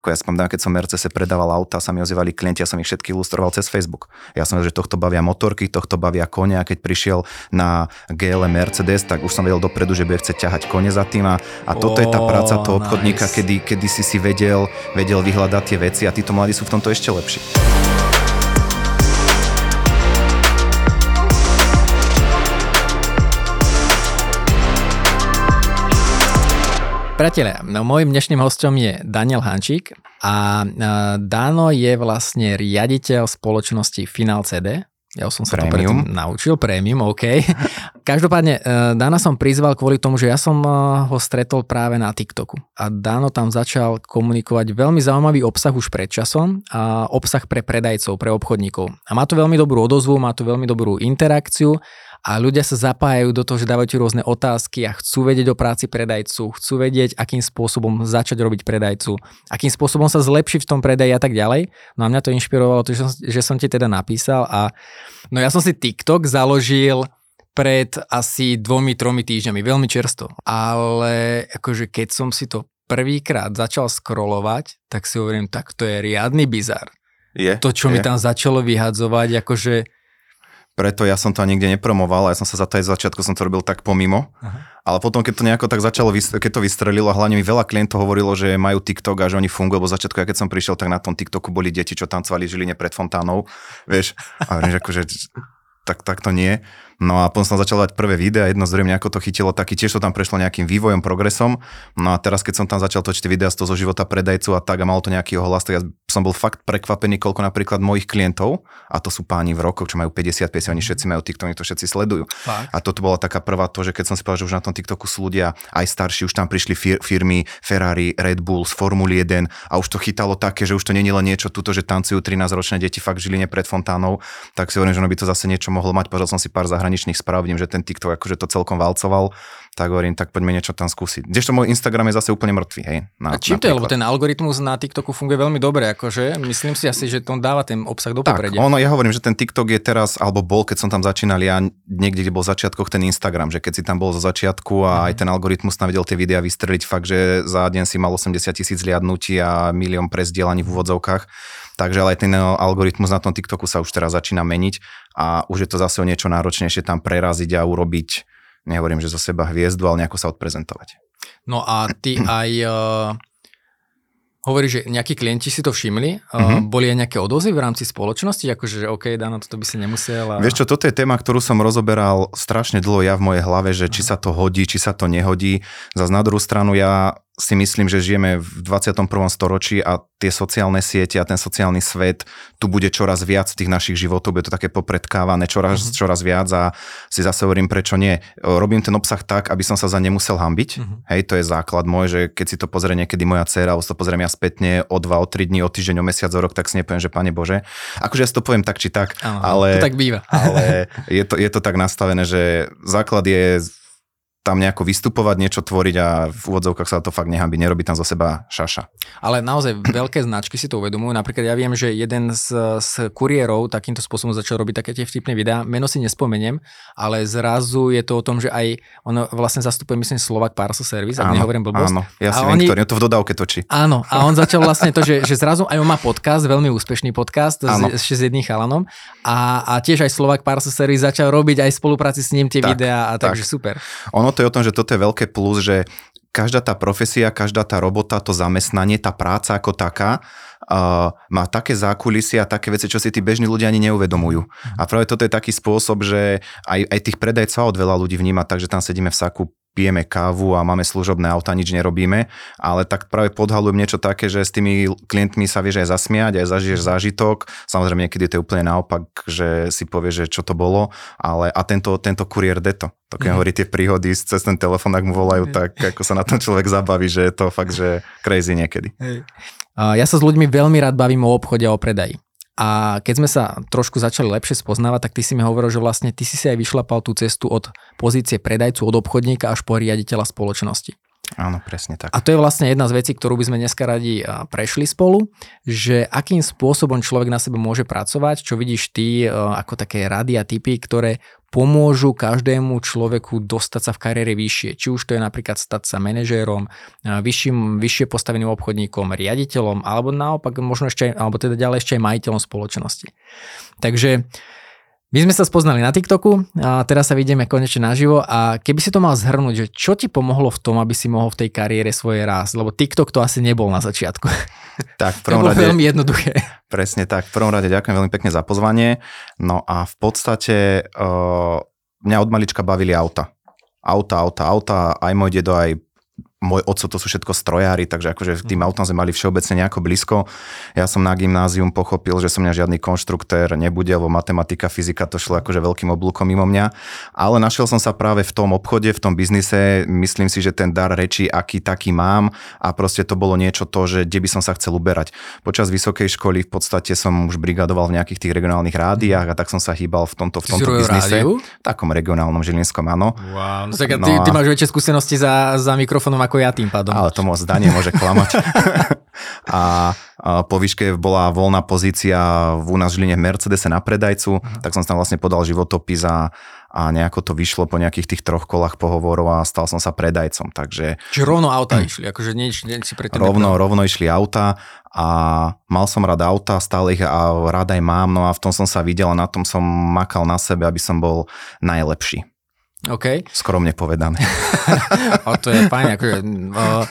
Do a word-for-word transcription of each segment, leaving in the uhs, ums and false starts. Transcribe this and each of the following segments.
Ja spomínam, keď som Mercedese predával auta, sa mi ozývali klienti, ja som ich všetky ilustroval cez Facebook. Ja som vedel, že tohto bavia motorky, tohto bavia kone, a keď prišiel na gé el Mercedes, tak už som vedel dopredu, že bude chcieť ťahať kone za tým, a, a toto oh, je tá práca toho obchodníka, nice. kedy, kedy si si vedel, vedel vyhľadať tie veci, a títo mladí sú v tomto ešte lepší. Priatelia, no, môjim dnešným hosťom je Daniel Hančík a Dano je vlastne riaditeľ spoločnosti Final cé dé. Ja už som sa premium. to predtým naučil, premium, OK. Každopádne, Dana som prizval kvôli tomu, že ja som ho stretol práve na TikToku. A Dano tam začal komunikovať veľmi zaujímavý obsah už pred časom, a obsah pre predajcov, pre obchodníkov. A má to veľmi dobrú odozvu, má to veľmi dobrú interakciu, a ľudia sa zapájajú do toho, že dávajú ti rôzne otázky a chcú vedieť o práci predajcu, chcú vedieť, akým spôsobom začať robiť predajcu, akým spôsobom sa zlepšiť v tom predaji a tak ďalej. No a mňa to inšpirovalo, to, že, som, že som ti teda napísal, a no ja som si TikTok založil pred asi dvomi, tromi týždňami, veľmi čersto. Ale akože keď som si to prvýkrát začal scrollovať, tak si hovorím, tak to je riadny bizar. Je, to, čo je. mi tam začalo vyhadzovať, akože preto ja som to nikde nepromoval, a ja som sa za to aj z začiatku som to robil tak pomimo. Aha. Ale potom, keď to nejako tak začalo, keď to vystrelilo, a hlavne mi veľa klientov hovorilo, že majú TikTok a že oni fungujú, lebo začiatku, ja keď som prišiel, tak na tom TikToku boli deti, čo tancovali v Žiline pred fontánou, vieš, a hovorím, že akože tak, tak to nie. No a potom som začal dať prvé videá, jedno zrejme nejako to chytilo, taký tiež to tam prešlo nejakým vývojom, progresom. No a teraz, keď som tam začal točiť videá z toho zo života predajcu a tak, a malo to nejaký ohlas, tak ja som bol fakt prekvapený, koľko napríklad mojich klientov, a to sú páni v rokoch, čo majú päťdesiat päť, oni všetci majú TikTok, oni to všetci sledujú. Fakt? A toto bola taká prvá to, že keď som si povedal, že už na tom TikToku sú ľudia aj starší, už tam prišli fir- firmy Ferrari, Red Bull z Formuly jeden, a už to chytalo také, že už to nie je len niečo tuto, že tancujú trinásťročné deti fakt v Žiline pred fontánou, tak si hovorím, že ono by to zase niečo mohlo mať. Pozrel som si pár zahraničných správ, vidím, že ten TikTok akože to celkom valcoval, tak hovorím, tak poďme niečo tam skúsiť. Kdežto môj Instagram je zase úplne mŕtvý, hej. Na, a čím to je, lebo ten algoritmus na TikToku funguje veľmi dobre, akože myslím si asi, že to dáva ten obsah do popredia. Tak, ono, ja hovorím, že ten TikTok je teraz, alebo bol, keď som tam začínal ja, niekde, kde bol v začiatkoch ten Instagram, že keď si tam bol zo začiatku a mm. aj ten algoritmus tam vedel tie videá vystreliť fakt, že za deň si mal osemdesiat tisíc zliadnutí a milión prezdielaní v úvodzovkách. Takže ale aj ten algoritmus na tom TikToku sa už teraz začína meniť, a už je to zase o niečo náročnejšie tam preraziť a urobiť, nehovorím, že zo seba hviezdu, ale nejako sa odprezentovať. No a ty aj uh, hovoríš, že nejakí klienti si to všimli, uh, mm-hmm. boli aj nejaké odozvy v rámci spoločnosti, akože OK, Dano, toto by si nemusel. A... Vieš čo, toto je téma, ktorú som rozoberal strašne dlho ja v mojej hlave, že či sa to hodí, či sa to nehodí. Zas na druhú stranu ja si myslím, že žijeme v dvadsiatom prvom storočí a tie sociálne siete a ten sociálny svet tu bude čoraz viac v tých našich životoch, bude to také popredkávané čoraz, mm-hmm. čoraz viac, a si zase hovorím, prečo nie. Robím ten obsah tak, aby som sa za nemusel hanbiť. Mm-hmm. Hej, to je základ môj, že keď si to pozrie niekedy moja dcéra, alebo si to pozriem ja spätne o dva, o tri dní, o týždeň, o mesiac, o rok, tak si nepoviem, že Pane Bože. Akože ja si to poviem tak či tak, Aha, ale, to tak býva. ale je to, je to tak nastavené, že základ je tam nejako vystupovať, niečo tvoriť, a v úvodzovkách sa to fakt nehanbí, nerobí tam zo seba šaša. Ale naozaj veľké značky si to uvedomujú. Napríklad ja viem, že jeden z, z kuriérov takýmto spôsobom začal robiť také tie vtipné videá. Meno si nespomeniem, ale zrazu je to o tom, že aj on vlastne zastupuje, myslím, Slovak Parcel Service, ak nehovorím blbosť. Áno, ja si a viem, oni... ktorý, to v dodávke točí. Áno, a on začal vlastne to, že, že zrazu aj on má podcast, veľmi úspešný podcast s, s jedným chalanom, a, a tiež aj Slovak Parcel Service začal robiť aj v spolupráci s ním tie tak, videá, a takže tak. Super. Ono to je o tom, že toto je veľké plus, že každá tá profesia, každá tá robota, to zamestnanie, tá práca ako taká, uh, má také zákulisie a také veci, čo si tí bežní ľudia ani neuvedomujú. A práve toto je taký spôsob, že aj, aj tých predajcov od veľa ľudí vníma, takže tam sedíme v saku, pijeme kávu a máme služobné auta, nič nerobíme, ale tak práve podhalujem niečo také, že s tými klientmi sa vieš aj zasmiať, aj zažiješ zážitok. Samozrejme niekedy to je úplne naopak, že si povieš, že čo to bolo, ale a tento, tento kuriér deto. To keď mm. hovorí tie príhody cez ten telefón, ak mu volajú, tak ako sa na tom človek zabaví, že je to fakt, že crazy niekedy. Hej. Ja sa s ľuďmi veľmi rád bavím o obchode a o predaji. A keď sme sa trošku začali lepšie spoznávať, tak ty si mi hovoril, že vlastne ty si si aj vyšlapal tú cestu od pozície predajcu, od obchodníka až po riaditeľa spoločnosti. Áno, presne tak. A to je vlastne jedna z vecí, ktorú by sme dneska radi prešli spolu, že akým spôsobom človek na sebe môže pracovať, čo vidíš ty ako také rady a tipy, ktoré pomôžu každému človeku dostať sa v kariére vyššie. Či už to je napríklad stať sa manažérom, vyšším, vyššie postaveným obchodníkom, riaditeľom, alebo naopak možno ešte, alebo teda ďalej ešte aj majiteľom spoločnosti. Takže my sme sa spoznali na TikToku a teraz sa vidíme konečne naživo a keby si to mal zhrnúť, že čo ti pomohlo v tom, aby si mohol v tej kariére svojej rásť, lebo TikTok to asi nebol na začiatku. Tak, v prvom to bolo rade, veľmi jednoduché. Presne tak, v prvom rade ďakujem veľmi pekne za pozvanie, no a v podstate uh, mňa od malička bavili auta. Auta, auta, auta, aj môj dedo, aj môj otco, to sú všetko strojári, takže akože tým autám sme mali všeobecne nejako blízko. Ja som na gymnázium pochopil, že som mňa žiadny konštruktér nebude, lebo matematika, fyzika to šlo akože veľkým oblúkom mimo mňa. Ale našiel som sa práve v tom obchode, v tom biznise, myslím si, že ten dar reči, aký taký mám a proste to bolo niečo to, že kde by som sa chcel uberať. Počas vysokej školy v podstate som už brigadoval v nejakých tých regionálnych rádiách a tak som sa hýbal v tomto, v tomto biznise. Rádiu? V takom regionálnom žilinskom, áno. Wow, no tak no ty, ty máš väčšie skúsenosti za, za mikrofónom ako ja tým pádom. Ale to moc zdanie môže klamať. a, a po výške bola voľná pozícia v u nás v Žiline v Mercedese na predajcu, uh-huh. tak som tam vlastne podal životopis a, a nejako to vyšlo po nejakých tých troch kolách pohovorov a stal som sa predajcom. Takže Čiže rovno auta hm. išli, akože nieč, nieč si predtým rovno, rovno išli auta a mal som rád auta, stále ich a rád aj mám, no a v tom som sa videl a na tom som makal na sebe, aby som bol najlepší. OK. Skromne povedané. O, to je fajn. Akože, uh, uh,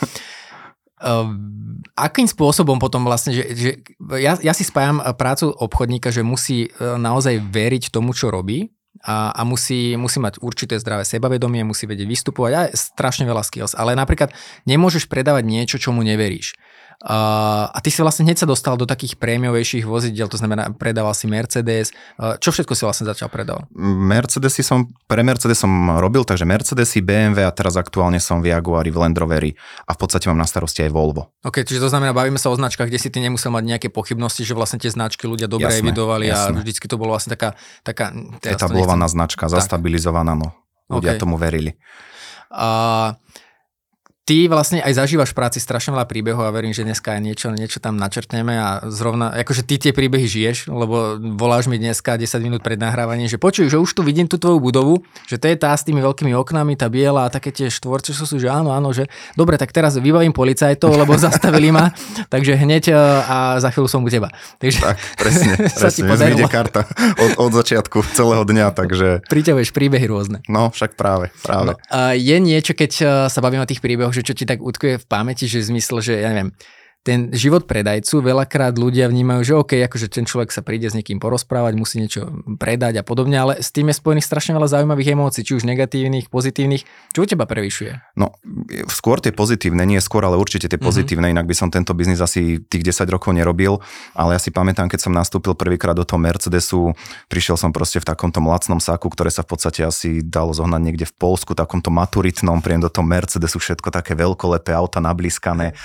akým spôsobom potom vlastne, že, že ja, ja si spájam prácu obchodníka, že musí uh, naozaj veriť tomu, čo robí a, a musí, musí mať určité zdravé sebavedomie, musí vedieť vystupovať a strašne veľa skills. Ale napríklad nemôžeš predávať niečo, čomu neveríš. Uh, a ty si vlastne hneď sa dostal do takých prémiovejších vozidiel, to znamená predával si Mercedes. Uh, čo všetko si vlastne začal predávať? Mercedesy som, pre Mercedes som robil, takže Mercedesy, bé em vé a teraz aktuálne som v Jaguari, v Land Roveri a v podstate mám na starosti aj Volvo. OK, čiže to znamená, bavíme sa o značkách, kde si ty nemusel mať nejaké pochybnosti, že vlastne tie značky ľudia dobre jasné, evidovali jasné. A vždycky to bolo vlastne taká... taká etablovaná značka, tak. Zastabilizovaná, no. Ľudia okay. tomu verili. Uh, Ty vlastne aj zažívaš v práci strašne veľa príbehov a verím, že dneska aj niečo, niečo tam načrtneme a zrovna, akože ty tie príbehy žiješ, lebo voláš mi dneska desať minút pred nahrávaním, že počuj, že už tu vidím tú tvoju budovu, že to je tá s tými veľkými oknami, tá biela a také tie štvorce, čo sú, že áno, áno, že dobre, tak teraz vybavím policajtov, lebo zastavili ma, takže hneď a za chvíľu som u teba. Takže tak, presne, presne, mi ide karta od, od začiatku celého dňa, takže... Priťahuješ príbehy rôzne. No, však práve, práve. No, a je niečo, keď sa bavíme o tých príbehoch, že čo ti tak utkuje v pamäti, že v zmysle, že ja neviem, ten život predajcu, veľakrát ľudia vnímajú, že OK, akože ten človek sa príde s niekým porozprávať, musí niečo predať a podobne, ale s tým je spojených strašne veľa zaujímavých emócií, či už negatívnych, pozitívnych. Čo u teba prevyšuje? No, skôr tie pozitívne, nie skôr, ale určite tie pozitívne, mm-hmm. inak by som tento biznis asi tých desať rokov nerobil, ale ja si pamätám, keď som nastúpil prvýkrát do toho Mercedesu, prišiel som proste v takomto lacnom saku, ktoré sa v podstate asi dalo zohnať niekde v Poľsku, takomto maturitnom, príjem do toho Mercedesu, všetko také veľkolepé auta nablískané.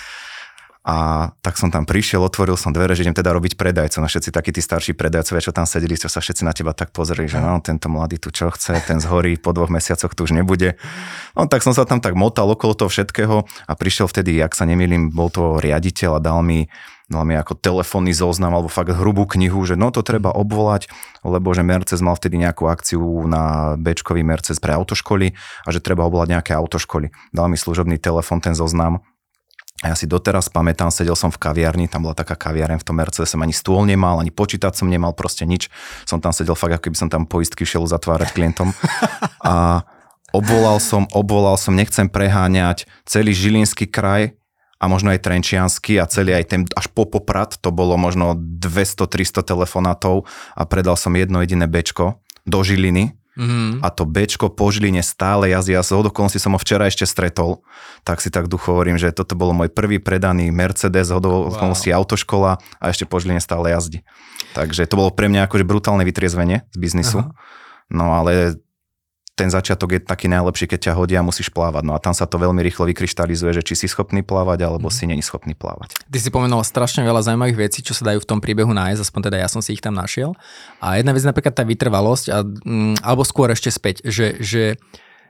A tak som tam prišiel, otvoril som dvere, že idem teda robiť predajcu. No všetci takí tí starší predajcovia, čo tam sedeli, čo sa všetci na teba tak pozreli, že no, tento mladý tu čo chce, ten zhorí, po dvoch mesiacoch tu už nebude. No tak som sa tam tak motal okolo toho všetkého a prišiel vtedy, ak sa nemýlim, bol to riaditeľ a dal mi, dal mi ako telefónny zoznam alebo fakt hrubú knihu, že no to treba obvolať, lebo že Mercedes mal vtedy nejakú akciu na béčkový Mercedes pre autoškoly a že treba obvolať nejaké autoškoly. Dal mi služobný telefón, ten zoznam. A ja si doteraz pamätám, sedel som v kaviarni, tam bola taká kaviareň v tom Mercedese, ani stôl nemal, ani počítač som nemal, proste nič. Som tam sedel fakt, ako keby som tam poistky šiel zatvárať klientom. A obvolal som, obvolal som, nechcem preháňať, celý Žilinský kraj a možno aj Trenčiansky a celý aj ten, až po Poprad, to bolo možno dvesto tristo telefonátov a predal som jedno jediné béčko do Žiliny. Mm-hmm. A to béčko po Žiline stále jazdí. Ja z okolností som ho včera ešte stretol, tak si tak ducho hovorím, že toto bolo môj prvý predaný Mercedes, z okolností wow. autoškola a ešte po Žiline stále jazdí. Takže to bolo pre mňa akože brutálne vytriezvenie z biznisu. Aha. No ale ten začiatok je taký najlepší, keď ťa hodia a musíš plávať. No a tam sa to veľmi rýchlo vykryštalizuje, že či si schopný plávať, alebo si není schopný plávať. Ty si pomenul strašne veľa zaujímavých vecí, čo sa dajú v tom príbehu nájsť, aspoň teda ja som si ich tam našiel. A jedna vec napríklad tá vytrvalosť, a, mm, alebo skôr ešte späť, že, že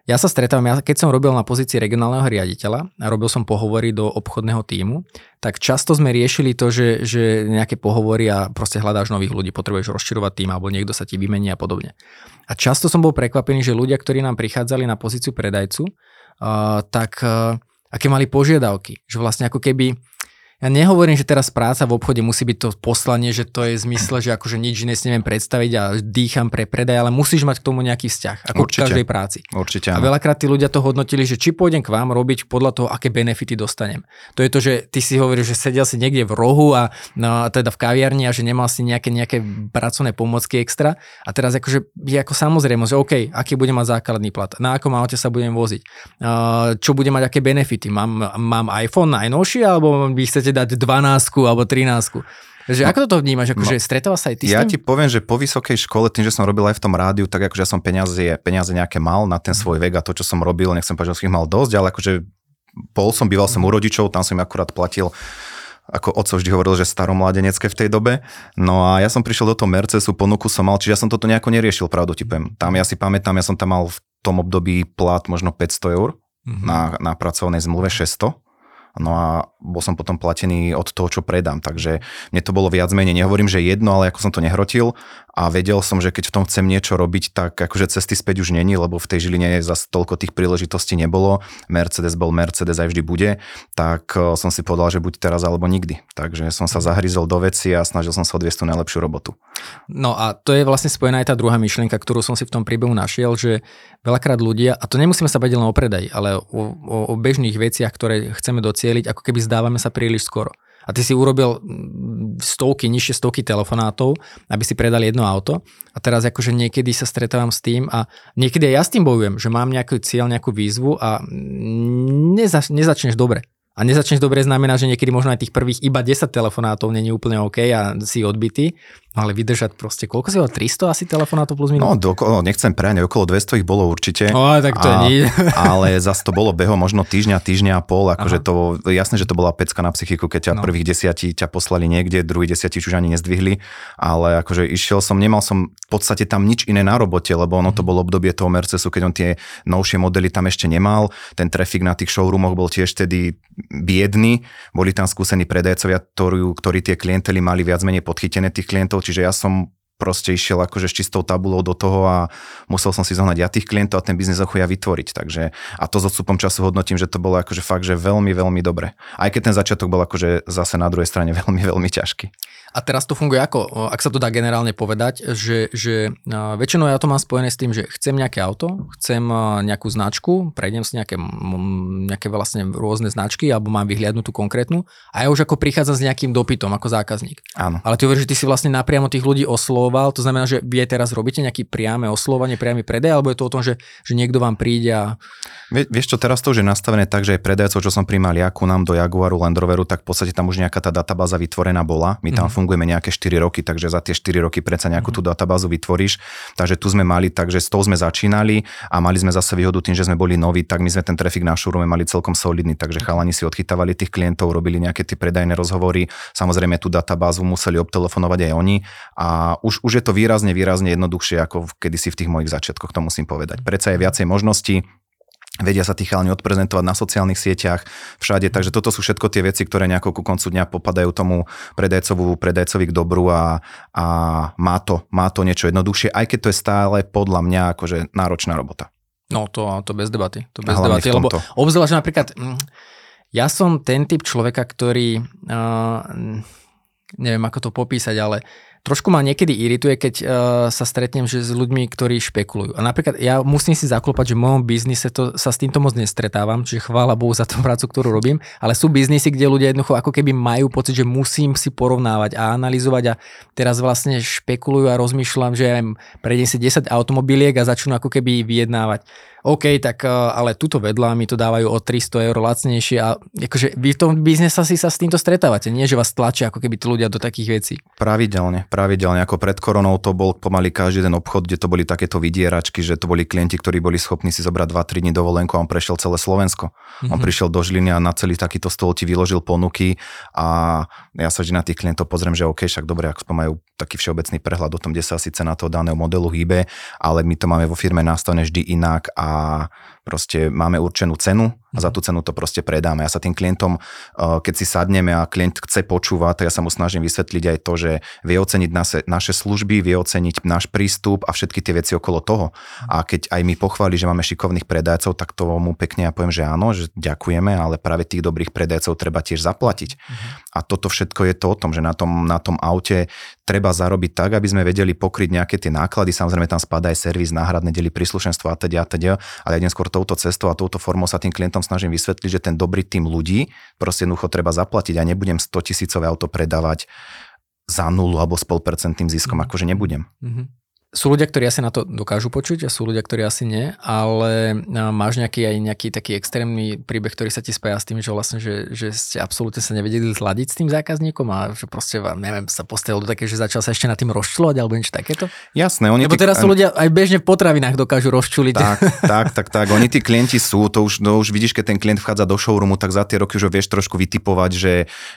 Ja sa stretávam, ja, keď som robil na pozícii regionálneho riaditeľa a robil som pohovory do obchodného tímu, tak často sme riešili to, že, že nejaké pohovory a proste hľadáš nových ľudí, potrebuješ rozširovať tým alebo niekto sa ti vymení a podobne. A často som bol prekvapený, že ľudia, ktorí nám prichádzali na pozíciu predajcu, uh, tak uh, aké mali požiadavky, že vlastne ako keby ja nehovorím, že teraz práca v obchode musí byť to poslanie, že to je v zmysle, že akože nič iné si neviem predstaviť a dýcham pre predaj, ale musíš mať k tomu nejaký vzťah, ako Určite. v každej práci. Určite. A veľakrát tí ľudia to hodnotili, že či pôjdem k vám robiť podľa toho, aké benefity dostanem. To je to, že ty si hovoríš, že sedel si niekde v rohu a no, teda v kaviarni a že nemal si nejaké, nejaké pracovné pomocky extra a teraz akože je ako samozrejme, že OK, aký bude mať základný plat, na akom aute sa budem voziť, čo bude mať aké benefity, mám, mám iPhone najnovší alebo vy chcete dať dvanásku alebo trinásku. Takže no, ako toto vnímaš? Akože no, stretáva sa aj ty ja s tým? ti poviem, že po vysokej škole, tým, že som robil aj v tom rádiu, tak akože ja som peniaze, peniaze nejaké mal na ten svoj vek a to, čo som robil, nechcem povedať, že som ich mal dosť, ale akože bol som, býval som u rodičov, tam som im akurát platil, ako otco vždy hovoril, že staromládenecké v tej dobe. No a ja som prišiel do toho Mercedesu, ponuku som mal, čiže ja som toto nejako neriešil, pravdu ti poviem. Tam ja si pamätám, ja som tam mal v tom období plat možno päťsto eur, mm-hmm. na, na pracovnej zmluve šesťsto. No a bol som potom platený od toho, čo predám, takže mne to bolo viac menej, nehovorím, že jedno, ale ako som to nehrotil a vedel som, že keď v tom chcem niečo robiť, tak akože cesty späť už není, lebo v tej Žiline zase toľko tých príležitostí nebolo, Mercedes bol Mercedes aj vždy bude, tak som si povedal, že buď teraz alebo nikdy, takže som sa zahryzol do veci a snažil som sa odviesť tú najlepšiu robotu. No a to je vlastne spojená aj tá druhá myšlienka, ktorú som si v tom príbehu našiel, že veľakrát ľudia, a to nemusíme sa baviť len o predaj, ale o, o, o bežných veciach, ktoré chceme docieliť, ako keby zdávame sa príliš skoro. A ty si urobil stovky, nižšie stovky telefonátov, aby si predali jedno auto a teraz akože niekedy sa stretávam s tým a niekedy aj ja s tým bojujem, že mám nejaký cieľ, nejakú výzvu a nezač- nezačneš dobre. A nezačneš dobre znamená, že niekedy možno aj tých prvých iba desať telefonátov nie je úplne OK a si odbitý, ale vydržať proste, koľko si ho, tristo asi telefonátov plus minus? No, doko, nechcem preňať, okolo dvesto ich bolo určite. O, tak to a, nie. Ale zase to bolo behom možno týždňa, týždňa a pol, akože to, jasné, že to bola pecka na psychiku, keď ťa no. prvých desiatí ťa poslali niekde, druhý desiatí už ani nezdvihli, ale akože išiel som, nemal som v podstate tam nič iné na robote, lebo ono to bolo obdobie toho Mercedesu, keď on tie novšie modely tam ešte nemal, ten trafik na tých showroomoch bol tiež tedy biedný, boli tam skúsení predajcovia, ktorí, ktorí tie klientely mali viac menej podchytené tých klientov, čiže ja som proste išiel akože s čistou tabulou do toho a musel som si zohnať ja tých klientov a ten biznes ako ja vytvoriť, takže a to s odstupom času hodnotím, že to bolo akože fakt, že veľmi, veľmi dobre. Aj keď ten začiatok bol akože zase na druhej strane veľmi, veľmi ťažký. A teraz to funguje ako, ak sa to dá generálne povedať, že, že väčšinou ja to mám spojené s tým, že chcem nejaké auto, chcem nejakú značku, prejdem si nejaké, nejaké vlastne rôzne značky alebo mám vyhliadnutú konkrétnu a ja už ako prichádzam s nejakým dopytom ako zákazník. Áno. Ale ty hovoríš, že ty si vlastne napriamo tých ľudí oslovoval, to znamená, že vy teraz robíte nejaký priame oslovanie, priamy predaj, alebo je to o tom, že, že niekto vám príde a... Vie, vieš čo, teraz to už je nastavené tak, že aj predajcov, čo som primal ja ku nám do Jaguaru, Land Roveru, tak v podstate tam už nejaká tá databáza vytvorená bola. My tam mm-hmm. fungujeme nejaké štyri roky, takže za tie štyri roky predsa nejakú tú databázu vytvoríš. Takže tu sme mali, takže s tou sme začínali a mali sme zase výhodu tým, že sme boli noví, tak my sme ten trafik na showroome mali celkom solidný, takže chalani si odchytávali tých klientov, robili nejaké tie predajné rozhovory. Samozrejme tú databázu museli obtelefonovať aj oni a už, už je to výrazne, výrazne jednoduchšie ako kedysi v tých mojich začiatkoch, to musím povedať. Predsa je viacej možností. Vedia sa tí chalani odprezentovať na sociálnych sieťach, všade, takže toto sú všetko tie veci, ktoré nejako ku koncu dňa popadajú tomu predajcovu, predajcovi k dobru a, a má, to, má to niečo jednoduchšie, aj keď to je stále podľa mňa akože náročná robota. No to, to bez debaty, to bez debaty, lebo obzvlášť napríklad, ja som ten typ človeka, ktorý, uh, neviem ako to popísať, ale trošku ma niekedy irituje, keď uh, sa stretnem že s ľuďmi, ktorí špekulujú. A napríklad ja musím si zaklopať, že v mojom biznise to, sa s týmto moc nestretávam, čiže chvála Bohu za tú prácu, ktorú robím, ale sú biznisy, kde ľudia jednoducho ako keby majú pocit, že musím si porovnávať a analyzovať a teraz vlastne špekulujú a rozmýšľam, že ja prejdem si desať automobiliek a začnú ako keby vyjednávať. OK, tak ale tuto vedľa mi to dávajú o tristo eur lacnejšie a akože vy v tom biznese si sa s týmto stretávate, nie že vás tlačia ako keby tí ľudia do takých vecí. Pravidelne, pravidelne, ako pred koronou to bol pomaly každý ten obchod, kde to boli takéto vydieračky, že to boli klienti, ktorí boli schopní si zobrať dva tri dní dovolenku a on prešiel celé Slovensko. Mm-hmm. On prišiel do Žiliny a na celý takýto stôl ti vyložil ponuky a ja sa vždy na tých klientov pozriem, že OK, však dobre, ak majú taký všeobecný prehľad o tom, kde sa asi cena toho daného modelu hýbe, ale my to máme vo firme nastavené vždy inak a a proste máme určenú cenu a za tú cenu to proste predáme. Ja sa tým klientom, keď si sadneme a klient chce počúvať, tak ja sa mu snažím vysvetliť aj to, že vie oceniť naše, naše služby, vie oceniť náš prístup a všetky tie veci okolo toho. A keď aj mi pochváli, že máme šikovných predajcov, tak to mu pekne ja poviem, že áno, že ďakujeme, ale práve tých dobrých predajcov treba tiež zaplatiť. Uh-huh. A toto všetko je to o tom, že na tom, na tom aute treba zarobiť tak, aby sme vedeli pokryť nejaké tie náklady. Samozrejme tam spadá aj servis, náhradné diely, príslušenstvo a teda a teda, ale ja idem skôr touto cestou a touto formou sa tým klientom snažím vysvetliť, že ten dobrý tým ľudí proste jednoducho treba zaplatiť a nebudem stotisícové auto predávať za nulu alebo s polpercentným ziskom, akože nebudem. Mm-hmm. Sú ľudia, ktorí asi na to dokážu počuť a sú ľudia, ktorí asi nie, ale máš nejaký aj nejaký taký extrémny príbeh, ktorý sa ti spája s tým, že vlastne, že, že ste absolútne sa nevedeli zladiť s tým zákazníkom a že proste, neviem, sa postavil do také, že začal sa ešte nad tým rozčulovať alebo niečo takéto? Jasné. Oni Lebo tí... teraz sú ľudia aj bežne v potravinách dokážu rozčuliť. Tak, tak, tak, tak. Oni tí klienti sú, to už, no, už vidíš, keď ten klient vchádza do showroomu, tak za tie roky už vieš trošku vytipovať, že,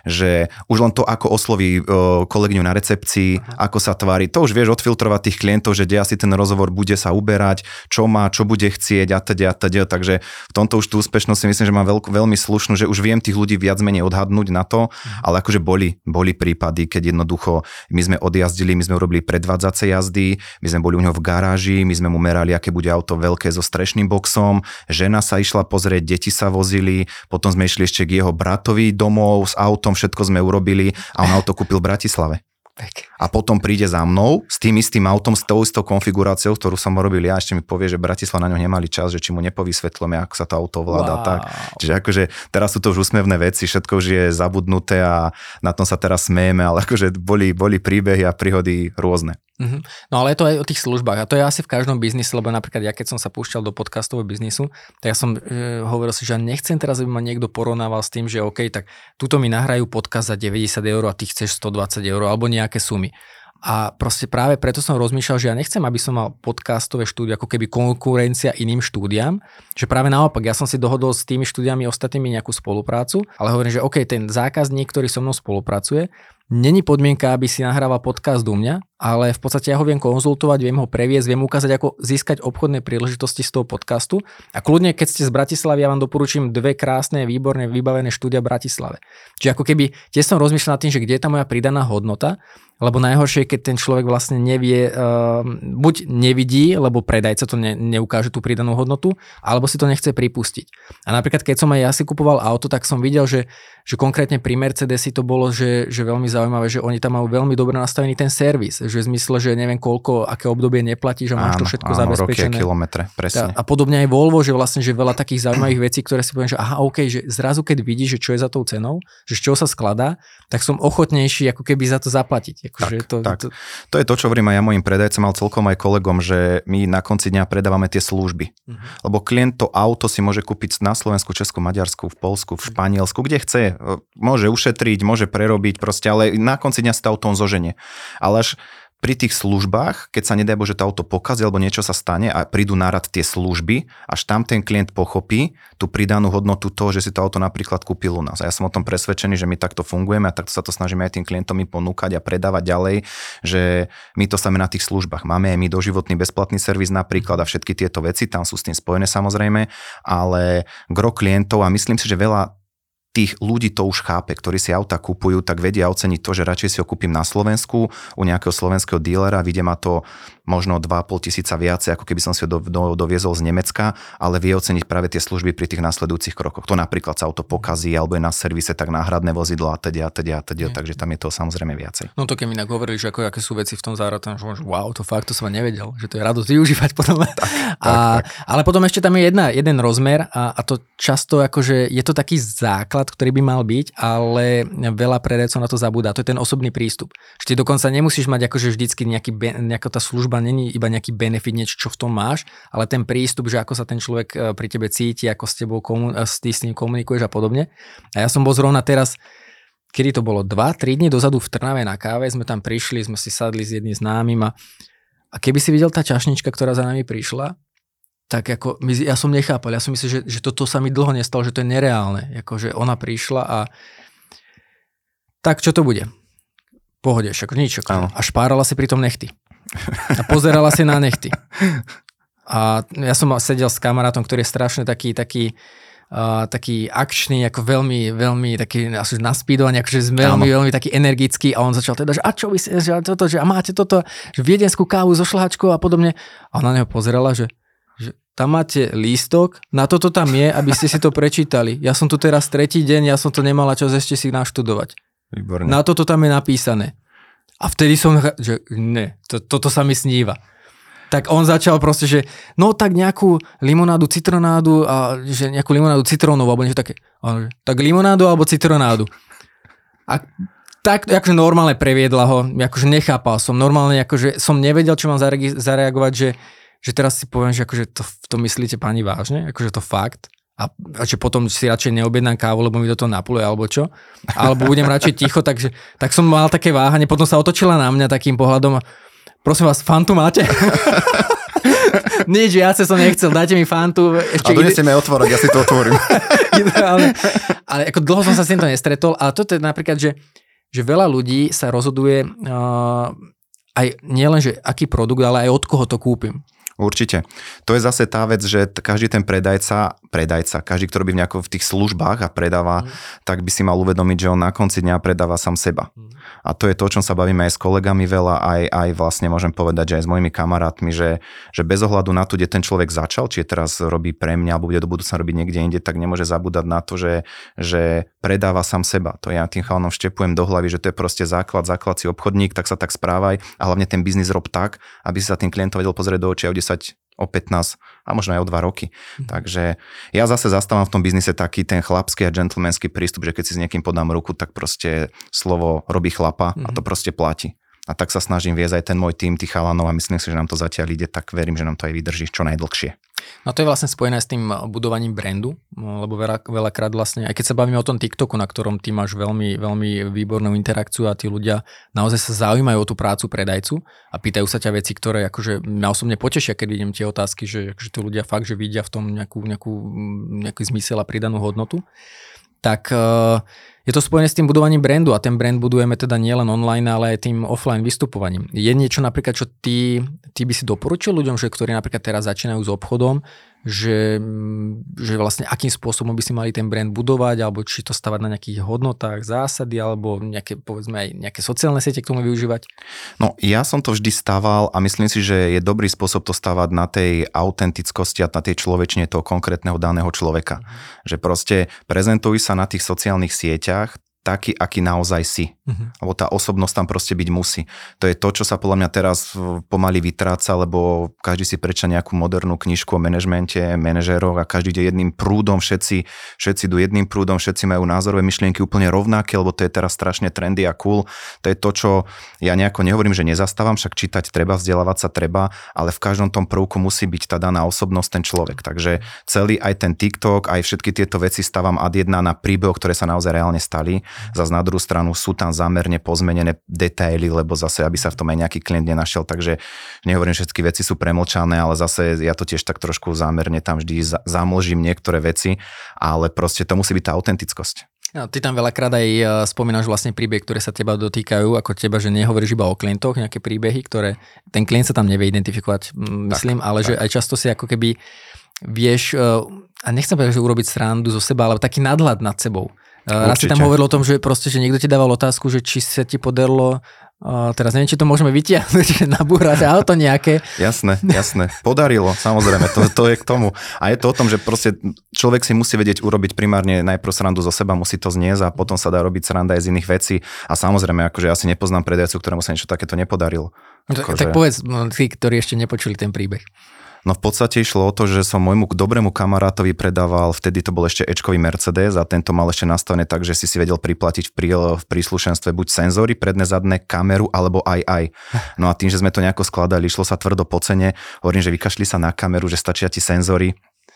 že už len to, ako osloví uh, kolegyňu na recepcii, aha, ako sa tvári, to už vieš odfiltrovať tých klientov, že kde asi ten rozhovor bude sa uberať, čo má, čo bude chcieť a teda a teda, takže v tomto už tú úspešnosť si myslím, že mám veľk, veľmi slušnú, že už viem tých ľudí viac menej odhadnúť na to, ale akože boli, boli prípady, keď jednoducho my sme odjazdili, my sme urobili predvádzacie jazdy, my sme boli u neho v garáži, my sme mu merali, aké bude auto veľké so strešným boxom, žena sa išla pozrieť, deti sa vozili, potom sme išli ešte k jeho bratovi domov s autom, všetko sme urobili a on auto kúpil v Bratislave. A potom príde za mnou s tým istým autom, s tou istou konfiguráciou, ktorú som robil ja, ešte mi povie, že Bratislava na ňo nemali čas, že či mu nepovysvetlíme, ako sa to auto ovláda. Wow. Tak. Čiže akože teraz sú to už úsmevné veci, všetko už je zabudnuté a na tom sa teraz smejeme, ale akože boli, boli príbehy a príhody rôzne. Mm-hmm. No ale je to aj o tých službách a to je asi v každom biznise, lebo napríklad ja keď som sa púšťal do podcastového biznisu, tak ja som e, hovoril si, že nechcem teraz, aby ma niekto porovnával s tým, že OK, tak tuto mi nahrajú podcast za deväťdesiat eur a ty chceš stodvadsať eur alebo nejaké sumy. A proste práve preto som rozmýšľal, že ja nechcem, aby som mal podcastové štúdio ako keby konkurencia iným štúdiám, že práve naopak, ja som si dohodol s tými štúdiami ostatnými nejakú spoluprácu, ale hovorím, že OK, ten zákazník, ktorý so mnou spolupracuje, není podmienka, aby si nahrával podcast u mňa, ale v podstate ja ho viem konzultovať, viem ho previesť, viem ukázať, ako získať obchodné príležitosti z toho podcastu. A kľudne, keď ste z Bratislavy, ja vám doporučím dve krásne, výborné, vybavené štúdia v Bratislave. Čiže ako keby, tiež som rozmýšľal nad tým, že kde je tá moja pridaná hodnota, lebo najhoršie je, keď ten človek vlastne nevie, uh, buď nevidí, lebo predajca to ne, neukáže tú pridanú hodnotu, alebo si to nechce pripustiť. A napríklad, keď som aj ja si kupoval auto, tak som videl, že, že konkrétne pri Mercedesi to bolo, že, že veľmi zaujímavé, že oni tam majú veľmi dobre nastavený ten servis, že v zmysle, že neviem koľko, aké obdobie neplatíš a máš áno, to všetko áno, zabezpečené. Roky, kilometre, presne. A, a podobne aj Volvo, že vlastne, že veľa takých zaujímavých vecí, ktoré si poviem, že aha, OK, že zrazu keď vidíš, že čo je za tou cenou, že z čoho sa skladá, tak som ochotnejší ako keby za to zaplatiť. Ako, tak, to, tak. To... to je to, čo hovorím aj ja mojim predajcom, ale celkom aj kolegom, že my na konci dňa predávame tie služby. Uh-huh. Lebo klient to auto si môže kúpiť na Slovensku, Česku, Maďarsku, v Poľsku, v Španielsku, kde chce. Môže ušetriť, môže prerobiť proste, ale na konci dňa si to auto on zoženie. Ale až pri tých službách, keď sa nedá Bože to auto pokazí alebo niečo sa stane a prídu na rad tie služby, až tam ten klient pochopí tú pridanú hodnotu toho, že si to auto napríklad kúpil u nás. A ja som o tom presvedčený, že my takto fungujeme a takto sa to snažíme aj tým klientom i ponúkať a predávať ďalej, že my to samé na tých službách. Máme aj my doživotný bezplatný servis napríklad a všetky tieto veci, tam sú s tým spojené samozrejme, ale gro klientov a myslím si, že veľa tých ľudí to už chápe, ktorí si auta kupujú, tak vedia oceniť to, že radšej si ho kúpim na Slovensku u nejakého slovenského dílera, vyjde ma to možno dva a pol tisíca viacej, ako keby som si ho do, do, doviezol z Nemecka, ale vie oceniť práve tie služby pri tých nasledujúcich krokoch. To napríklad sa auto pokazí, alebo je na servise tak náhradné vozidlo a teda, a teda, a teda, takže tam je toho samozrejme viacej. No to keď mi inak hovorili, že ako, aké sú veci v tom zároveň, že wow, to fakt, to som nevedel, že to je radosť využívať potom. Tak, a, tak, tak. Ale potom ešte tam je jedna, jeden rozmer a, a to často akože je to taký základ, ktorý by mal byť, ale veľa predajcov na to zabúda. To je ten osobný prístup. Že ty dokonca nemusíš mať akože vždycky nejaký, nejaká tá služba není iba nejaký benefit, niečo, čo v tom máš, ale ten prístup, že ako sa ten človek pri tebe cíti, ako s tebou komun- s, ty s ním komunikuješ a podobne. A ja som bol zrovna teraz, kedy to bolo dva tri dni dozadu v Trnave na káve, sme tam prišli, sme si sadli s jedným známym a, a keby si videl tá čašnička, ktorá za nami prišla, tak ako, ja som nechápal, ja som myslel, že, že toto sa mi dlho nestalo, že to je nereálne, ako, že ona prišla a tak čo to bude? Pohode, však nič. A špárala si pri tom nechty. A pozerala si na nechty. a ja som sedel s kamarátom, ktorý je strašne taký, taký, uh, taký akčný, ako veľmi, veľmi taký až naspídovaný, akože veľmi, veľmi taký energický a on začal teda, že a čo vy si, že toto, že a máte toto, že viedenskú kávu so šľahačkou a podobne. A ona na neho pozerala, že, že tam máte lístok, na toto tam je, aby ste si to prečítali. Ja som tu teraz tretí deň, ja som to nemala čas ešte si naštudovať. Výborne. Na toto tam je napísané. A vtedy som, že ne, to, toto sa mi sníva. Tak on začal proste, že no tak nejakú limonádu, citronádu a že nejakú limonádu citrónovú alebo niečo také. A, tak limonádu alebo citronádu. A tak akože normálne previedla ho, akože nechápal som. Normálne akože som nevedel, čo mám zareagovať, zareagovať že, že teraz si poviem, že akože to, to myslíte pani vážne? Akože to fakt? A, a že potom si radšej neobjednám kávu, lebo mi do toho napluje, alebo čo? Alebo budem radšej ticho, takže tak som mal také váhanie. Potom sa otočila na mňa takým pohľadom a prosím vás, fantu máte? Nič, ja som nechcel, dajte mi fantu. Ešte a doneste mi otvorok, ja si to otvorím. ale, ale ako dlho som sa s týmto nestretol, ale toto je napríklad, že, že veľa ľudí sa rozhoduje uh, aj nielen, že aký produkt, ale aj od koho to kúpim. Určite. To je zase tá vec, že každý ten predajca, predajca, každý, ktorý by v, nejako, v tých službách a predáva, mm. tak by si mal uvedomiť, že on na konci dňa predáva sám seba. Mm. A to je to, o čom sa bavíme aj s kolegami veľa, aj, aj vlastne môžem povedať, že aj s mojimi kamarátmi, že, že bez ohľadu na to, kde ten človek začal, či je teraz robí pre mňa, alebo bude do budúcna robiť niekde inde, tak nemôže zabúdať na to, že, že predáva sám seba. To ja tým chalanom vštepujem do hlavy, že to je proste základ, základ si obchodník, tak sa tak správaj a hlavne ten biznis rob tak, aby si sa tým klientom vedel pozrieť do očí a desať, o pätnásť a možno aj o dva roky. Mm. Takže ja zase zastávam v tom biznise taký ten chlapský a gentlemanský prístup, že keď si s niekým podám ruku, tak proste slovo robí chlapa mm. a to proste platí. A tak sa snažím viesť aj ten môj tím, tých chalanov a myslím si, že nám to zatiaľ ide, tak verím, že nám to aj vydrží čo najdlhšie. No to je vlastne spojené s tým budovaním brandu, lebo veľa, veľakrát vlastne, aj keď sa bavíme o tom TikToku, na ktorom ty máš veľmi, veľmi výbornú interakciu a tí ľudia naozaj sa zaujímajú o tú prácu predajcu a pýtajú sa ťa veci, ktoré akože mňa osobne potešia, keď vidím tie otázky, že akože tí ľudia fakt, že vidia v tom nejakú, nejakú, nejaký zmysel a pridanú hodnotu. Tak uh, je to spojené s tým budovaním brandu a ten brand budujeme teda nielen online, ale aj tým offline vystupovaním. Je niečo napríklad, čo ty, ty by si doporučil ľuďom, že ktorí napríklad teraz začínajú s obchodom, že, že vlastne akým spôsobom by si mali ten brand budovať, alebo či to stavať na nejakých hodnotách, zásady, alebo nejaké, povedzme aj nejaké sociálne siete k tomu využívať? No ja som to vždy stával a myslím si, že je dobrý spôsob to stavať na tej autentickosti a na tej človečne toho konkrétneho daného človeka. Mm. Že proste prezentuj sa na tých sociálnych sieťach taký, aký naozaj si. Uh-huh. Lebo tá osobnosť tam proste byť musí. To je to, čo sa podľa mňa teraz pomaly vytráca, lebo každý si prečíta nejakú modernú knižku o manažmente, manažéroch a každý ide jedným prúdom, všetci, všetci idú jedným prúdom, všetci majú názorové myšlienky úplne rovnaké, lebo to je teraz strašne trendy a cool. To je to, čo ja nejako nehovorím, že nezastávam, však čítať treba, vzdelávať sa treba, ale v každom tom prvku musí byť tá daná osobnosť, ten človek. Takže celý aj ten TikTok, aj všetky tieto veci stávam ad jedna na príbehoch, ktoré sa naozaj reálne stali. Zas na druhú stranu sú tam zámerne pozmenené detaily, lebo zase, aby sa v tom aj nejaký klient nenašiel, takže nehovorím, že všetky veci sú premlčané, ale zase ja to tiež tak trošku zámerne tam vždy zamlžím niektoré veci, ale proste to musí byť tá autentickosť. No, ty tam veľakrát aj spomínaš vlastne príbehy, ktoré sa teba dotýkajú, ako teba, že nehovoríš iba o klientoch, nejaké príbehy, ktoré ten klient sa tam nevie identifikovať, myslím, tak, ale tak. Že aj často si ako keby vieš, a nechcem povedať, že urobiť srandu zo seba, ale taký nadhľad nad sebou. Raz si tam hovoril o tom, že proste, že niekto ti dával otázku, že či sa ti podarilo, uh, teraz neviem, či to môžeme vytiahnuť, že nabúrať auto nejaké. Jasné, jasné. Podarilo, samozrejme, to, to je k tomu. A je to o tom, že proste človek si musí vedieť urobiť primárne najprv srandu zo seba, musí to zniesť a potom sa dá robiť sranda aj z iných vecí. A samozrejme, akože ja si nepoznám predajcu, ktorému sa niečo takéto nepodarilo. Ako, tak že... povedz, tí, ktorí ešte nepočuli ten príbeh. No v podstate išlo o to, že som môjmu dobrému kamarátovi predával, vtedy to bol ešte Ečkový Mercedes a tento mal ešte nastavené tak, že si si vedel priplatiť v, prí, v príslušenstve buď senzory, predné, zadné, kameru, alebo aj aj. No a tým, že sme to nejako skladali, išlo sa tvrdo po cene, hovorím, že vykašli sa na kameru, že stačia ti senzory,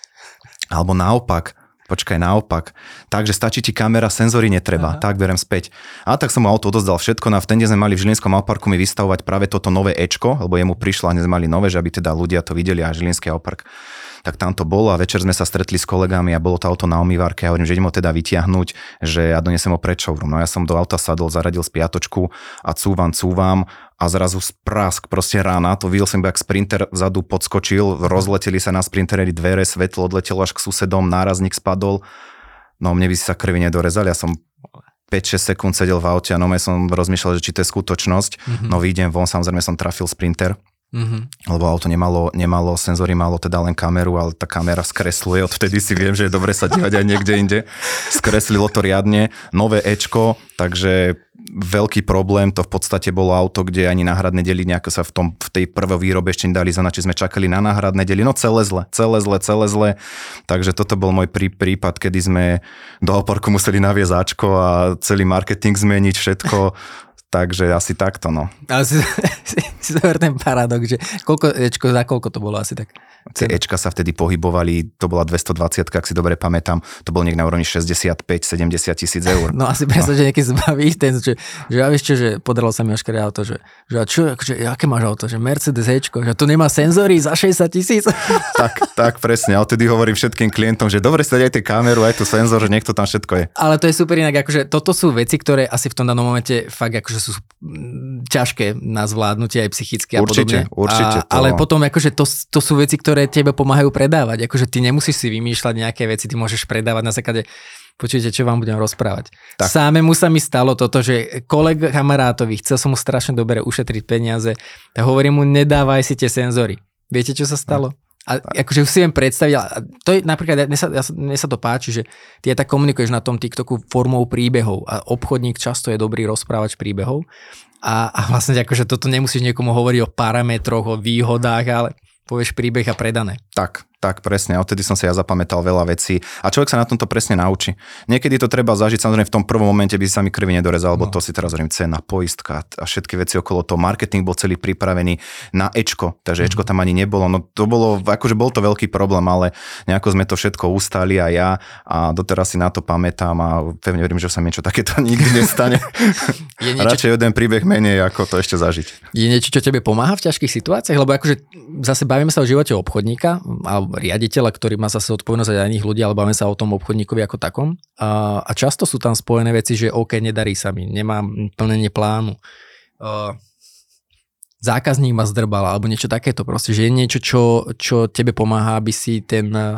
alebo naopak, počkaj, naopak. Takže stačí ti kamera, senzory netreba. Aha. Tak berem späť. A tak som mu auto odozdal všetko. No a v ten deň sme mali v Žilinskom Auparku mi vystavovať práve toto nové Ečko, lebo jemu prišlo a sme mali nové, že aby teda ľudia to videli a Žilinský Aupark. tak tam to bolo a večer sme sa stretli s kolegami a bolo to auto na omývarke a hovorím, že idem ho teda vytiahnuť, že ja donesem ho pred showroom. No ja som do auta sadol, zaradil spiatočku a cúvam, cúvam a zrazu sprásk proste rána, to videl som iba, jak sprinter vzadu podskočil, rozleteli sa na sprintery dvere, svetlo odletelo až k susedom, nárazník spadol. No mne by si sa krvi nedorezali, ja som päť šesť sekúnd sedel v aute a no som rozmýšľal, že či to je skutočnosť. Mm-hmm. No vyjdem von, samozrejme som trafil sprinter, mm-hmm. lebo auto nemalo, nemalo senzory, malo teda len kameru, ale tá kamera skresluje, odvtedy si viem, že je dobre sa dívať aj niekde inde. Skreslilo to riadne, nové Ečko, takže veľký problém, to v podstate bolo auto, kde ani náhradné dely nejako sa v, tom, v tej prvej výrobe ešte nedali zohnať, či sme čakali na náhradné dely, no celé zle, celé zle, celé zle, takže toto bol môj prí, prípad, kedy sme do Alparku museli naviesť Ačko a celý marketing zmeniť, všetko, takže asi takto, no. Ale si, si, si zober ten paradox, že koľko Ečko, za koľko to bolo asi tak? Tie Ečka sa vtedy pohybovali, to bola dvestodvadsať, ak si dobre pamätám, to bol niekde na úrovni šesťdesiatpäť sedemdesiat tisíc eur. No asi predstav, no. Že nieký zbaví ten, že, že ja vieš čo, že podarilo sa mi oškré auto, že, že a čo, akože, aké máš auto, že Mercedes Ečko, že to nemá senzory za šesťdesiat tisíc. Tak, tak, presne, ale vtedy hovorím všetkým klientom, že dobre stať aj tie kameru, aj tu senzor, že niekto tam všetko je. Ale to je super inak, akože toto sú veci, ktoré asi v tom danom momente fakt akože sú ťažké na zvládnutie aj psychicky a určite, podobne. Určite, a, ale potom akože to, to sú veci, ktoré tebe pomáhajú predávať. Akože ty nemusíš si vymýšľať nejaké veci, ty môžeš predávať na základe, počujete, čo vám budem rozprávať. Tak. Sámemu sa mi stalo toto, že kolega kamarátovi, chcel som mu strašne dobre ušetriť peniaze, tak hovorím mu, nedávaj si tie senzory. Viete, čo sa stalo? A akože si viem predstaviť, a to je napríklad, mne sa, mne sa to páči, že ty aj tak komunikuješ na tom TikToku formou príbehov a obchodník často je dobrý rozprávač príbehov a, a vlastne akože toto nemusíš niekomu hovoriť o parametroch, o výhodách, ale povieš príbeh a predané. Tak, tak presne. A odtedy som si ja zapamätal veľa vecí. A človek sa na tomto presne naučí. Niekedy to treba zažiť, samozrejme v tom prvom momente by sa mi krvi nedorezal, lebo no. To si teraz hovorím, cena, poistka a všetky veci okolo toho. Marketing bol celý pripravený na Ečko, takže Ečko tam ani nebolo. No to bolo, akože bol to veľký problém, ale nejako sme to všetko ustali a ja a doteraz si na to pamätám a pevne verím, že sa mi niečo takéto nikdy nestane. Je niečo... Radšej jeden príbeh menej, ako to ešte zažiť. Je niečo, čo tebe pomáha v ťažkých situáciách? Lebo akože zase bavíme sa o živote obchodníka alebo riaditeľa, ktorý má zase odpovednosť za iných ľudí, ale bavíme sa o tom obchodníkovi ako takom. A, a často sú tam spojené veci, že OK, nedarí sa mi, nemám plnenie plánu. Uh, zákazník ma zdrbal, alebo niečo takéto proste, že je niečo, čo, čo tebe pomáha, aby si ten uh,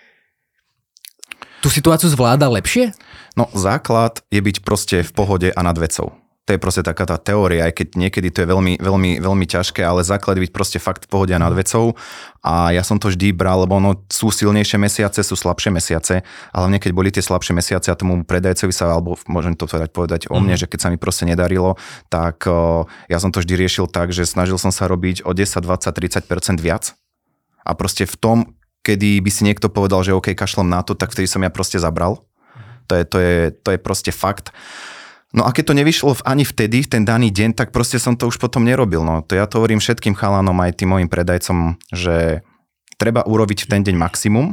tú situáciu zvládal lepšie? No základ je byť proste v pohode a nad vecou. To je proste taká tá teória, aj keď niekedy to je veľmi, veľmi, veľmi ťažké, ale základ je byť proste fakt v pohode a nad vecou. A ja som to vždy bral, lebo no, sú silnejšie mesiace, sú slabšie mesiace, ale hlavne keď boli tie slabšie mesiace a tomu predajcovi sa, alebo môžem to povedať, povedať o mne, mm. že keď sa mi proste nedarilo, tak uh, ja som to vždy riešil tak, že snažil som sa robiť o desať, dvadsať, tridsať percent viac. A proste v tom, kedy by si niekto povedal, že OK, kašlem na to, tak vtedy som ja proste zabral. To je, to je, to je proste fakt. No a keď to nevyšlo ani vtedy, v ten daný deň, tak proste som to už potom nerobil. No to ja to hovorím všetkým chalanom, aj tým mojim predajcom, že treba urobiť v ten deň maximum,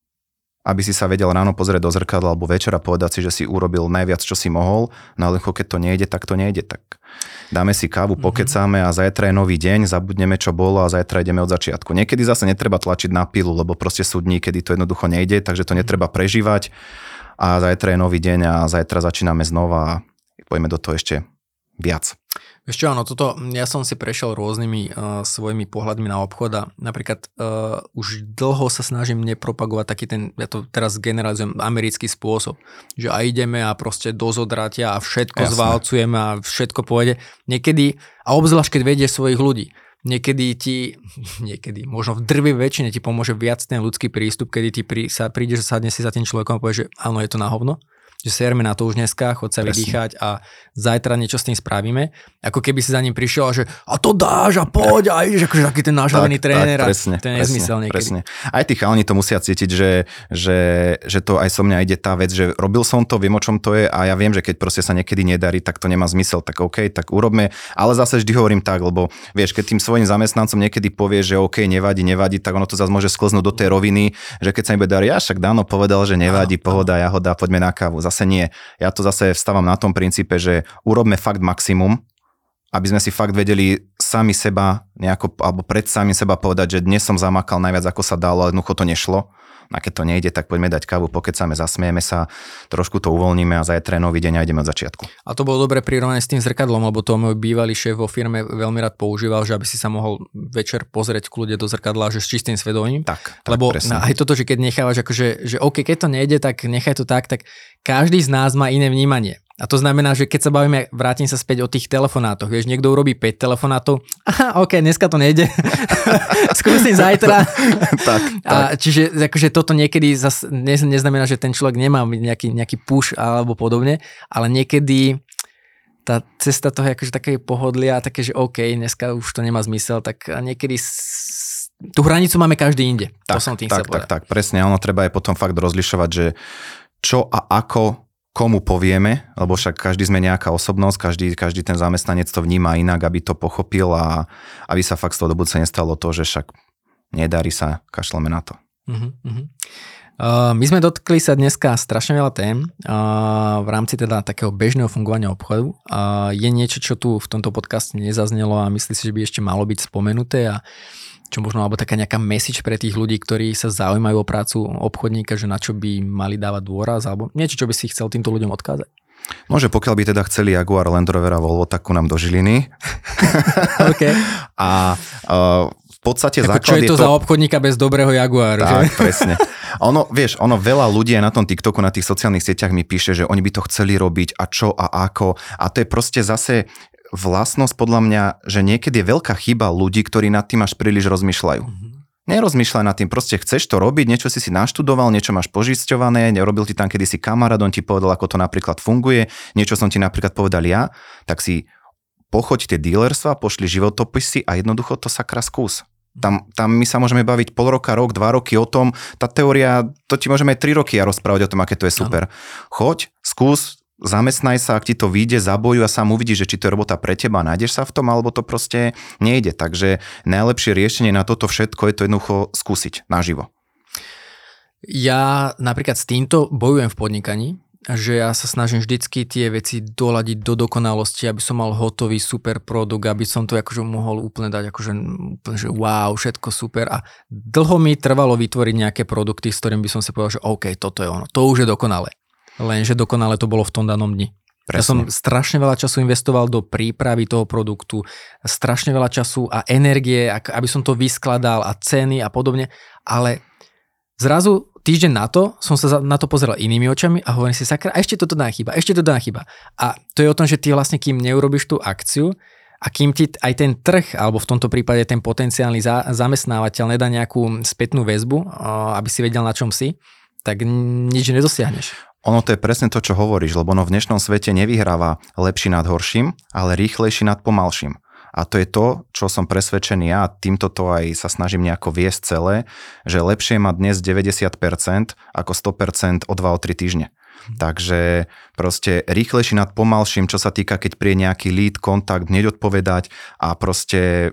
aby si sa vedel ráno pozrieť do zrkadla alebo večera povedať si, že si urobil najviac, čo si mohol, no ale keď to nejde, tak to nejde. Tak dáme si kávu, pokecáme a zajtra je nový deň, zabudneme, čo bolo a zajtra ideme od začiatku. Niekedy zase netreba tlačiť na pilu, lebo proste sú dní, kedy to jednoducho nejde, takže to netreba prežívať a zajtra je nový deň a zajtra začíname znova a poďme do toho ešte viac. Vieš čo, áno, toto, ja som si prešiel rôznymi uh, svojimi pohľadmi na obchod a napríklad uh, už dlho sa snažím nepropagovať taký ten, ja to teraz generalizujem, americký spôsob, že a ideme a proste do zodratia a všetko Jasné. Zvalcujeme a všetko pôjde. Niekedy, a obzvlášť keď vedieš svojich ľudí, niekedy ti, niekedy, možno v drvivej väčšine ti pomôže viac ten ľudský prístup, kedy ti prí, sa prídeš, sadne si za tým človekom a povieš, že áno, je to na hovno. Že serme na to už dneska, chod sa presne. Vydýchať a zajtra niečo s tým spravíme. Ako keby si za ním prišiel a že a to dáš a poď a ideš akože taký ten nážavený tréner a to je nezmysel niekedy. Presne. Aj tí chalani to musia cítiť, že, že, že to aj so mňa ide tá vec, že robil som to, viem o čom to je a ja viem, že keď proste sa niekedy nedarí, tak to nemá zmysel, tak OK, tak urobme, ale zase vždy hovorím tak, lebo vieš, keď tým svojim zamestnancom niekedy povieš, že OK, nevadí, nevadí, tak ono to zase môže sklznúť do tej roviny, že keď sa im bude dariť, ja však Dano povedal, že nevadí, pohoda, jahoda, poďme na kávu. Zase nie. Ja to zase vstávam na tom princípe, že urobme fakt maximum aby sme si fakt vedeli sami seba nejako, alebo pred sami seba povedať, že dnes som zamakal najviac, ako sa dalo, ale jednoducho to nešlo. A keď to nejde, tak poďme dať kávu, pokecáme, zasmieme sa, trošku to uvoľníme a zajtra je nový deň a ideme od začiatku. A to bolo dobre prirovnané s tým zrkadlom, lebo to môj bývalý šéf vo firme veľmi rád používal, že aby si sa mohol večer pozrieť kľude do zrkadla, že s čistým svedomím. Tak, tak lebo presne. Aj toto, že keď nechávaš akože, že OK, keď to nejde, tak nechaj to tak, tak každý z nás má iné vnímanie. A to znamená, že keď sa bavíme, vrátim sa späť o tých telefonátoch, vieš, niekto urobí päť telefonátov, aha, OK, dneska to nejde, skúsim zajtra. tak, A tak. čiže akože toto niekedy zas, ne, neznamená, že ten človek nemá nejaký, nejaký push alebo podobne, ale niekedy tá cesta toho je akože také pohodlia, také, že OK, dneska už to nemá zmysel, tak niekedy s, tú hranicu máme každý inde. Tak, to som tým tak, chcel tak, povedať. tak, presne, ono treba aj potom fakt rozlišovať, že čo a ako komu povieme, lebo však každý sme nejaká osobnosť, každý, každý ten zamestnanec to vníma inak, aby to pochopil a aby sa fakt z toho do budúce nestalo to, že však nedarí sa, kašleme na to. Uh-huh, uh-huh. Uh, my sme dotkli sa dneska strašne veľa tém uh, v rámci teda takého bežného fungovania obchodu. Uh, je niečo, čo tu v tomto podcaste nezaznelo a myslím si, že by ešte malo byť spomenuté a čo možno, alebo taká nejaká message pre tých ľudí, ktorí sa zaujímajú o prácu obchodníka, že na čo by mali dávať dôraz, alebo niečo, čo by si chcel týmto ľuďom odkázať? No, že pokiaľ by teda chceli Jaguar, Land Rover a Volvo, tak ku nám do Žiliny. Okay. A uh, v podstate Ako, základ čo je to, to za obchodníka bez dobrého Jaguaru? Tak, že? presne. Ono, vieš, ono veľa ľudí aj na tom TikToku, na tých sociálnych sieťach mi píše, že oni by to chceli robiť a čo a ako. A to je proste zase vlastnosť podľa mňa, že niekedy je veľká chyba ľudí, ktorí nad tým až príliš rozmýšľajú. Mm-hmm. Nerozmýšľaj nad tým, proste chceš to robiť, niečo si si naštudoval, niečo máš požisťované, nerobil ti tam kedysi kamarát, on ti povedal, ako to napríklad funguje, niečo som ti napríklad povedal ja, tak si pochoď tie dealerstva, pošli životopisy a jednoducho to sakra skús. Tam, tam my sa môžeme baviť pol roka, rok, dva roky o tom, tá teória, to ti môžeme aj tri roky ja rozprávať o tom, aké to je super. Choď, skús, zamestnaj sa, ak ti to vyjde, zabojuj a sám uvidíš, že či to je robota pre teba, nájdeš sa v tom, alebo to proste nejde. Takže najlepšie riešenie na toto všetko je to jednoducho skúsiť naživo. Ja napríklad s týmto bojujem v podnikaní, že ja sa snažím vždycky tie veci doladiť do dokonalosti, aby som mal hotový super produkt, aby som to akože mohol úplne dať akože úplne, že wow, všetko super a dlho mi trvalo vytvoriť nejaké produkty, s ktorým by som si povedal, že OK, toto je ono, to už je dokonalé. Lenže dokonale to bolo v tom danom dni. Presne. Ja som strašne veľa času investoval do prípravy toho produktu, strašne veľa času a energie, aby som to vyskladal a ceny a podobne, ale zrazu týždeň na to som sa na to pozeral inými očami a hovorím si, sakra, a ešte toto dá chyba, ešte to dá chyba. A to je o tom, že ty vlastne, kým neurobiš tú akciu a kým ti aj ten trh, alebo v tomto prípade ten potenciálny zamestnávateľ nedá nejakú spätnú väzbu, aby si vedel, na čom si, tak nič nedosiahneš. Ono to je presne to, čo hovoríš, lebo ono v dnešnom svete nevyhráva lepší nad horším, ale rýchlejší nad pomalším. A to je to, čo som presvedčený ja, a týmto to aj sa snažím nejako viesť celé, že lepšie má dnes deväťdesiat percent ako sto percent o dva tri týždne. Hmm. Takže proste rýchlejší nad pomalším, čo sa týka, keď príde nejaký lead, kontakt, hneď odpovedať a proste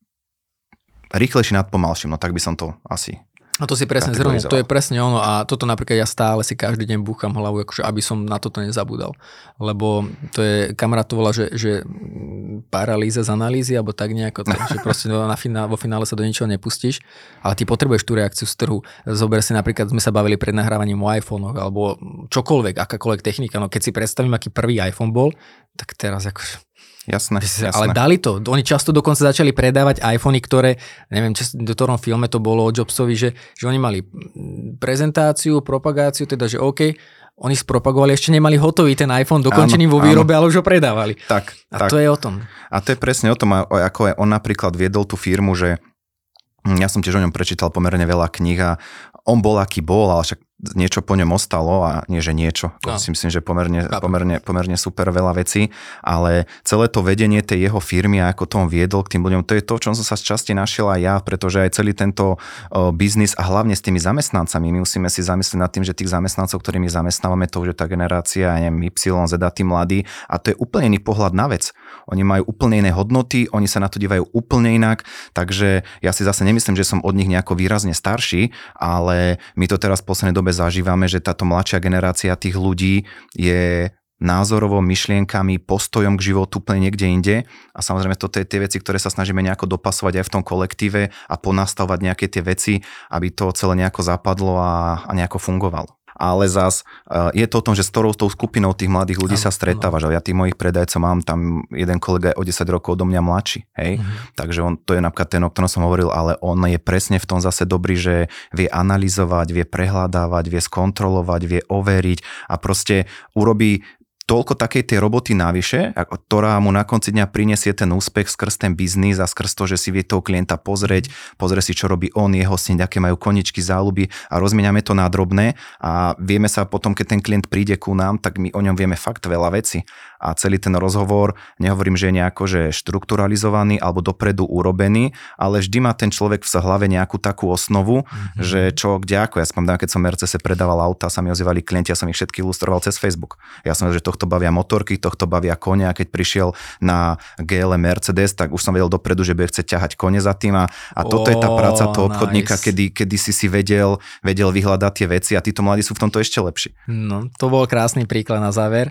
rýchlejší nad pomalším, no tak by som to asi... A to si presne zhrnul, to je presne ono a toto napríklad ja stále si každý deň búcham hlavu, akože aby som na toto nezabudal. Lebo to je, kamarát to volá, že, že paralýza z analýzy, alebo tak nejako, to, že proste na finál, vo finále sa do ničoho nepustíš, ale ty potrebuješ tú reakciu z trhu. Zober si napríklad, sme sa bavili pred nahrávaním o iPhonech, alebo čokoľvek, akákoľvek technika, no keď si predstavím, aký prvý iPhone bol, tak teraz akože... Jasné, jasné. Ale dali to. Oni často dokonca začali predávať iPhony, ktoré, neviem, či do ktorom filme to bolo o Jobsovi, že, že oni mali prezentáciu, propagáciu, teda, že OK, oni spropagovali, ešte nemali hotový ten iPhone dokončený áno, vo výrobe, áno. Ale už ho predávali. Tak, a tak. to je o tom. A to je presne o tom, ako on napríklad viedol tú firmu, že ja som tiež o ňom prečítal pomerne veľa kníh a on bol aký bol, ale však niečo po ňom ostalo a nie, že niečo. To no. si myslím, že pomerne, pomerne, pomerne super veľa vecí, ale celé to vedenie tej jeho firmy a ako to on viedol k tým ľuďom, to je to, v čom som sa z časti našiel aj ja, pretože aj celý tento uh, biznis a hlavne s tými zamestnancami, my musíme si zamyslieť nad tým, že tých zamestnancov, ktorými zamestnávame, to už je tá generácia, ja neviem, Y, Z, tí mladí a to je úplne iný pohľad na vec. Oni majú úplne iné hodnoty, oni sa na to dívajú úplne inak, takže ja si zase nemyslím, že som od nich nejako výrazne starší, ale my to teraz v poslednej dobe zažívame, že táto mladšia generácia tých ľudí je názorovo, myšlienkami, postojom k životu úplne niekde inde. A samozrejme toto je tie veci, ktoré sa snažíme nejako dopasovať aj v tom kolektíve a ponastavať nejaké tie veci, aby to celé nejako zapadlo a, a nejako fungovalo. Ale zas je to o tom, že s ktorou tou skupinou tých mladých ľudí sa stretávaš. Ja tých mojich predajcov mám, tam jeden kolega je o desať rokov odo mňa mladší. Hej? Mm-hmm. Takže on, to je napríklad ten, o ktorom som hovoril, ale on je presne v tom zase dobrý, že vie analyzovať, vie prehľadávať, vie skontrolovať, vie overiť a proste urobí toľko takej tej roboty navyše, ktorá mu na konci dňa prinesie ten úspech skrz ten biznis a skrz to, že si vie toho klienta pozrieť, pozrie si, čo robí on, jeho syn, aké majú koničky, záľuby a rozmieňame to na drobné a vieme sa potom, keď ten klient príde ku nám, tak my o ňom vieme fakt veľa vecí. A celý ten rozhovor, nehovorím, že je nejako že štrukturalizovaný alebo dopredu urobený, ale vždy má ten človek v hlave nejakú takú osnovu, mm-hmm. že čo, kde ako. Ja spomínam, keď som Mercedese predával auta, sa mi ozývali klienti, ja som ich všetky ilustroval cez Facebook. Ja som vedel, že tohto bavia motorky, tohto bavia kone a keď prišiel na gé el Mercedes, tak už som vedel dopredu, že bude chcieť ťahať kone za tým a, a toto oh, je tá práca toho obchodníka, nice. kedy, kedy si si vedel, vedel vyhľadať tie veci a títo mladí sú v tomto ešte lepší. No, to bol krásny príklad na záver.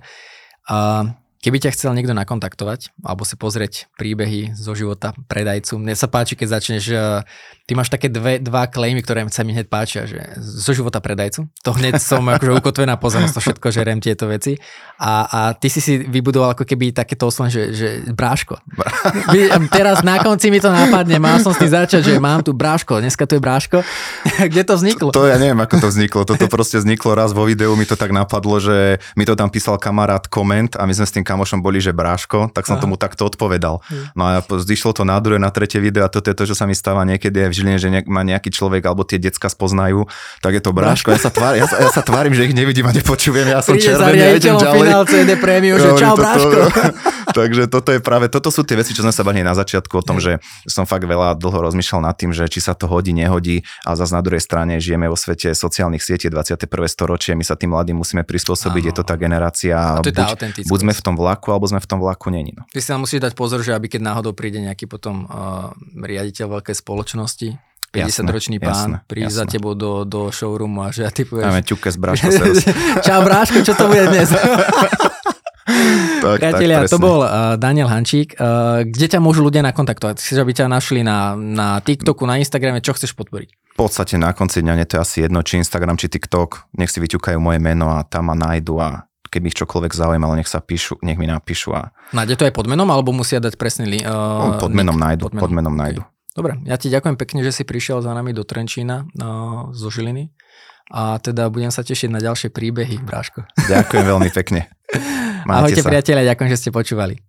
A keby ťa chcel niekto nakontaktovať alebo si pozrieť príbehy zo života predajcu, mne sa páči, keď začneš, ty máš také dve, dva claimy, ktoré sa mi hneď páčia, že zo života predajcu, to hneď som akože ukotvená pozornosť, to všetko žerem tieto veci a, a ty si si vybudoval ako keby takéto oslovenie, že, že bráško. Teraz na konci mi to napadne, mal som s tým začať, že mám tu bráško, dneska tu je bráško. Kde to vzniklo? To, to ja neviem, ako to vzniklo, toto proste vzniklo raz vo videu, mi to tak napadlo, že mi to tam písal kamarát koment a my sme s tým kamošom boli, že bráško, tak som Aha. tomu takto odpovedal. No a zišlo to na druhé, na tretie video a toto je to, čo sa mi stáva niekedy aj v Žiline, že ma nejaký človek alebo tie decka spoznajú, tak je to bráško. Ja sa, tvár, ja, sa, ja sa tvárim, že ich nevidím a nepočujem, ja som červený a idem ďalej. Final cé dé Premium, že čau bráško. Takže toto je práve, toto sú tie veci, čo sme sa bavili na začiatku o tom, že som fakt veľa dlho rozmýšľal nad tým, že či sa to hodí, nehodí a zase na druhej strane žijeme vo svete sociálnych sietí dvadsiate prvé storočie, my sa tým mladým musíme prispôsobiť, Áno. je to tá generácia, to buď, buď sme v tom vlaku, alebo sme v tom vlaku není. No. Ty si nám musíš dať pozor, že aby keď náhodou príde nejaký potom uh, riaditeľ veľkej spoločnosti, päťdesiatročný pán, príde za tebou do, do showroomu a že ja ty povieš... Máme ťuke z Bráško. Čau Bráško, čo to bude dnes? Tak, Priatelia, tak, to bol uh, Daniel Hančík. Uh, kde ťa môžu ľudia nakontaktovať? Chceš, aby ťa našli na, na TikToku, na Instagrame, čo chceš podporiť? V podstate na konci dňa nie to je asi jedno, či Instagram, či TikTok. Nech si vyťukajú moje meno a tam ma nájdu a keby ich čokoľvek zaujímalo, nech sa píšu, nech mi napíšu. A... Nájde to aj pod menom, alebo musia dať presný... Uh, pod menom nájdu, pod menom, pod menom nájdu. Okay. Dobre, ja ti ďakujem pekne, že si prišiel za nami do Trenčína, uh, zo Žiliny. A teda budem sa tešiť na ďalšie príbehy, Bráško. Ďakujem veľmi pekne. Ahojte sa. Priatelia, ďakujem, že ste počúvali.